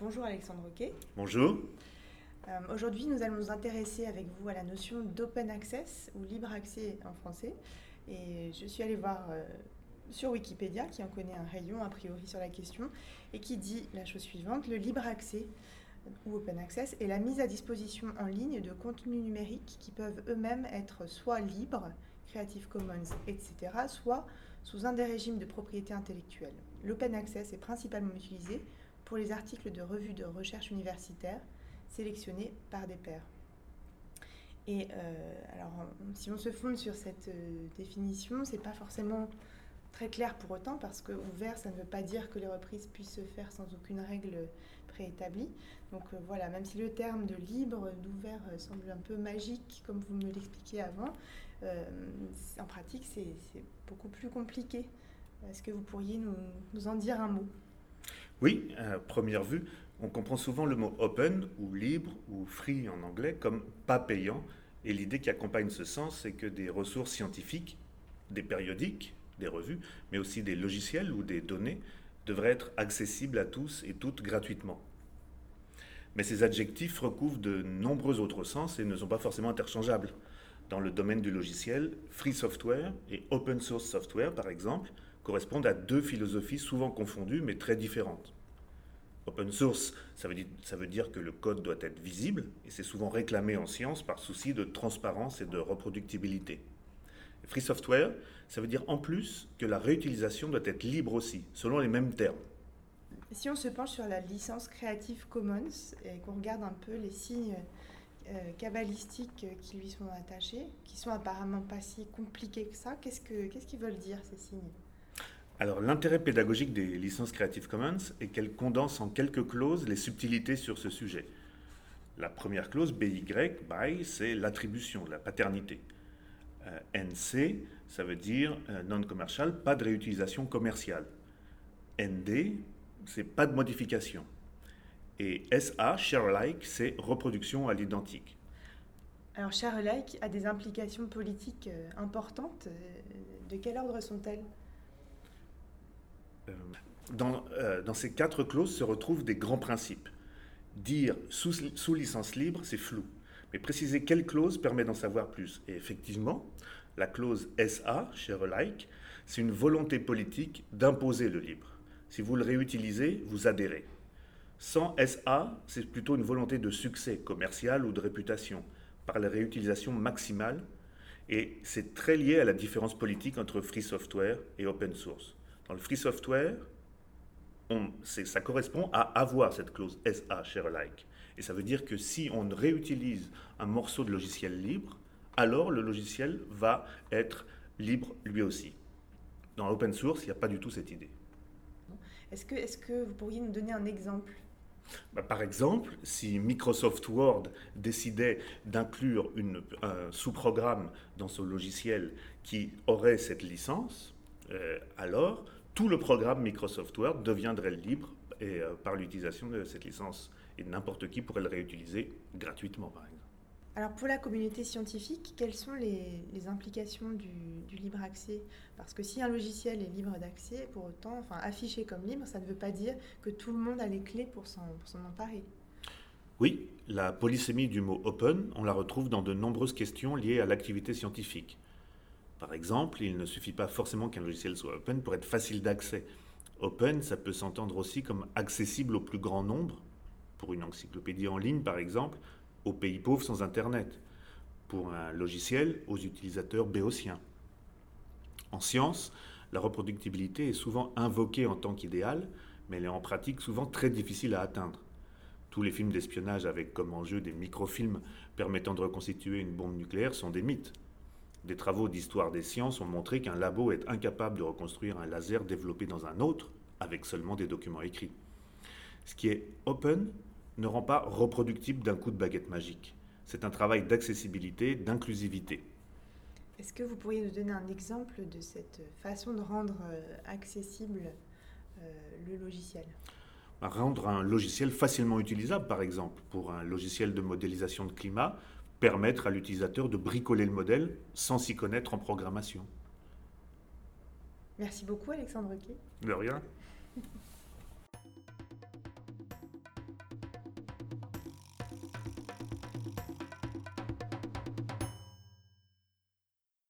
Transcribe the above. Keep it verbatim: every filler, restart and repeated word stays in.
Bonjour Alexandre Roquet. Bonjour. Euh, aujourd'hui, nous allons nous intéresser avec vous à la notion d'open access ou libre accès en français. Et je suis allée voir euh, sur Wikipédia, qui en connaît un rayon a priori sur la question, et qui dit la chose suivante: le libre accès ou open access est la mise à disposition en ligne de contenus numériques qui peuvent eux-mêmes être soit libres, Creative Commons, et cetera, soit sous un des régimes de propriété intellectuelle. L'open access est principalement utilisé pour les articles de revues de recherche universitaire sélectionnés par des pairs. Et euh, alors, si on se fonde sur cette euh, définition, c'est pas forcément très clair pour autant, parce que ouvert, ça ne veut pas dire que les reprises puissent se faire sans aucune règle préétablie. Donc euh, voilà, même si le terme de libre, d'ouvert euh, semble un peu magique, comme vous me l'expliquiez avant, euh, en pratique, c'est, c'est beaucoup plus compliqué. Est-ce que vous pourriez nous, nous en dire un mot ? Oui, à première vue, on comprend souvent le mot open ou libre ou free en anglais comme pas payant. Et l'idée qui accompagne ce sens, c'est que des ressources scientifiques, des périodiques, des revues, mais aussi des logiciels ou des données devraient être accessibles à tous et toutes gratuitement. Mais ces adjectifs recouvrent de nombreux autres sens et ne sont pas forcément interchangeables. Dans le domaine du logiciel, free software et open source software, par exemple, correspondent à deux philosophies souvent confondues mais très différentes. Open source, ça veut dire, ça veut dire que le code doit être visible et c'est souvent réclamé en science par souci de transparence et de reproductibilité. Free software, ça veut dire en plus que la réutilisation doit être libre aussi, selon les mêmes termes. Si on se penche sur la licence Creative Commons et qu'on regarde un peu les signes euh, cabalistiques qui lui sont attachés, qui sont apparemment pas si compliqués que ça, qu'est-ce, que, qu'est-ce qu'ils veulent dire ces signes ? Alors l'intérêt pédagogique des licences Creative Commons est qu'elles condensent en quelques clauses les subtilités sur ce sujet. La première clause, B Y, by, c'est l'attribution, la paternité. Euh, N C, ça veut dire euh, non-commercial, pas de réutilisation commerciale. N D, c'est pas de modification. Et S A, share alike, c'est reproduction à l'identique. Alors, share alike a des implications politiques euh, importantes. De quel ordre sont-elles ? Euh, dans, euh, dans ces quatre clauses se retrouvent des grands principes. Dire sous, sous licence libre, c'est flou. Mais préciser quelle clause permet d'en savoir plus. Et effectivement, la clause S A, share alike, c'est une volonté politique d'imposer le libre. Si vous le réutilisez, vous adhérez. Sans S A, c'est plutôt une volonté de succès commercial ou de réputation, par la réutilisation maximale, et c'est très lié à la différence politique entre free software et open source. Dans le free software, on, ça correspond à avoir cette clause S A, share alike. Et ça veut dire que si on réutilise un morceau de logiciel libre, alors le logiciel va être libre lui aussi. Dans l'open source, il n'y a pas du tout cette idée. Est-ce que, est-ce que vous pourriez nous donner un exemple ? Bah, par exemple, si Microsoft Word décidait d'inclure une, un sous-programme dans son logiciel qui aurait cette licence, euh, alors tout le programme Microsoft Word deviendrait libre et, euh, par l'utilisation de cette licence. Et n'importe qui pourrait le réutiliser gratuitement, par exemple. Alors pour la communauté scientifique, quelles sont les, les implications du, du libre accès ? Parce que si un logiciel est libre d'accès, pour autant, enfin affiché comme libre, ça ne veut pas dire que tout le monde a les clés pour s'en, pour s'en emparer. Oui, la polysémie du mot open, on la retrouve dans de nombreuses questions liées à l'activité scientifique. Par exemple, il ne suffit pas forcément qu'un logiciel soit open pour être facile d'accès. Open, ça peut s'entendre aussi comme accessible au plus grand nombre, pour une encyclopédie en ligne par exemple, aux pays pauvres sans Internet, pour un logiciel aux utilisateurs béotiens. En science, la reproductibilité est souvent invoquée en tant qu'idéal, mais elle est en pratique souvent très difficile à atteindre. Tous les films d'espionnage avec comme enjeu des microfilms permettant de reconstituer une bombe nucléaire sont des mythes. Des travaux d'histoire des sciences ont montré qu'un labo est incapable de reconstruire un laser développé dans un autre avec seulement des documents écrits. Ce qui est open ne rend pas reproductible d'un coup de baguette magique. C'est un travail d'accessibilité, d'inclusivité. Est-ce que vous pourriez nous donner un exemple de cette façon de rendre accessible euh, le logiciel ? Rendre un logiciel facilement utilisable, par exemple, pour un logiciel de modélisation de climat, permettre à l'utilisateur de bricoler le modèle sans s'y connaître en programmation. Merci beaucoup Alexandre Roquet. De rien.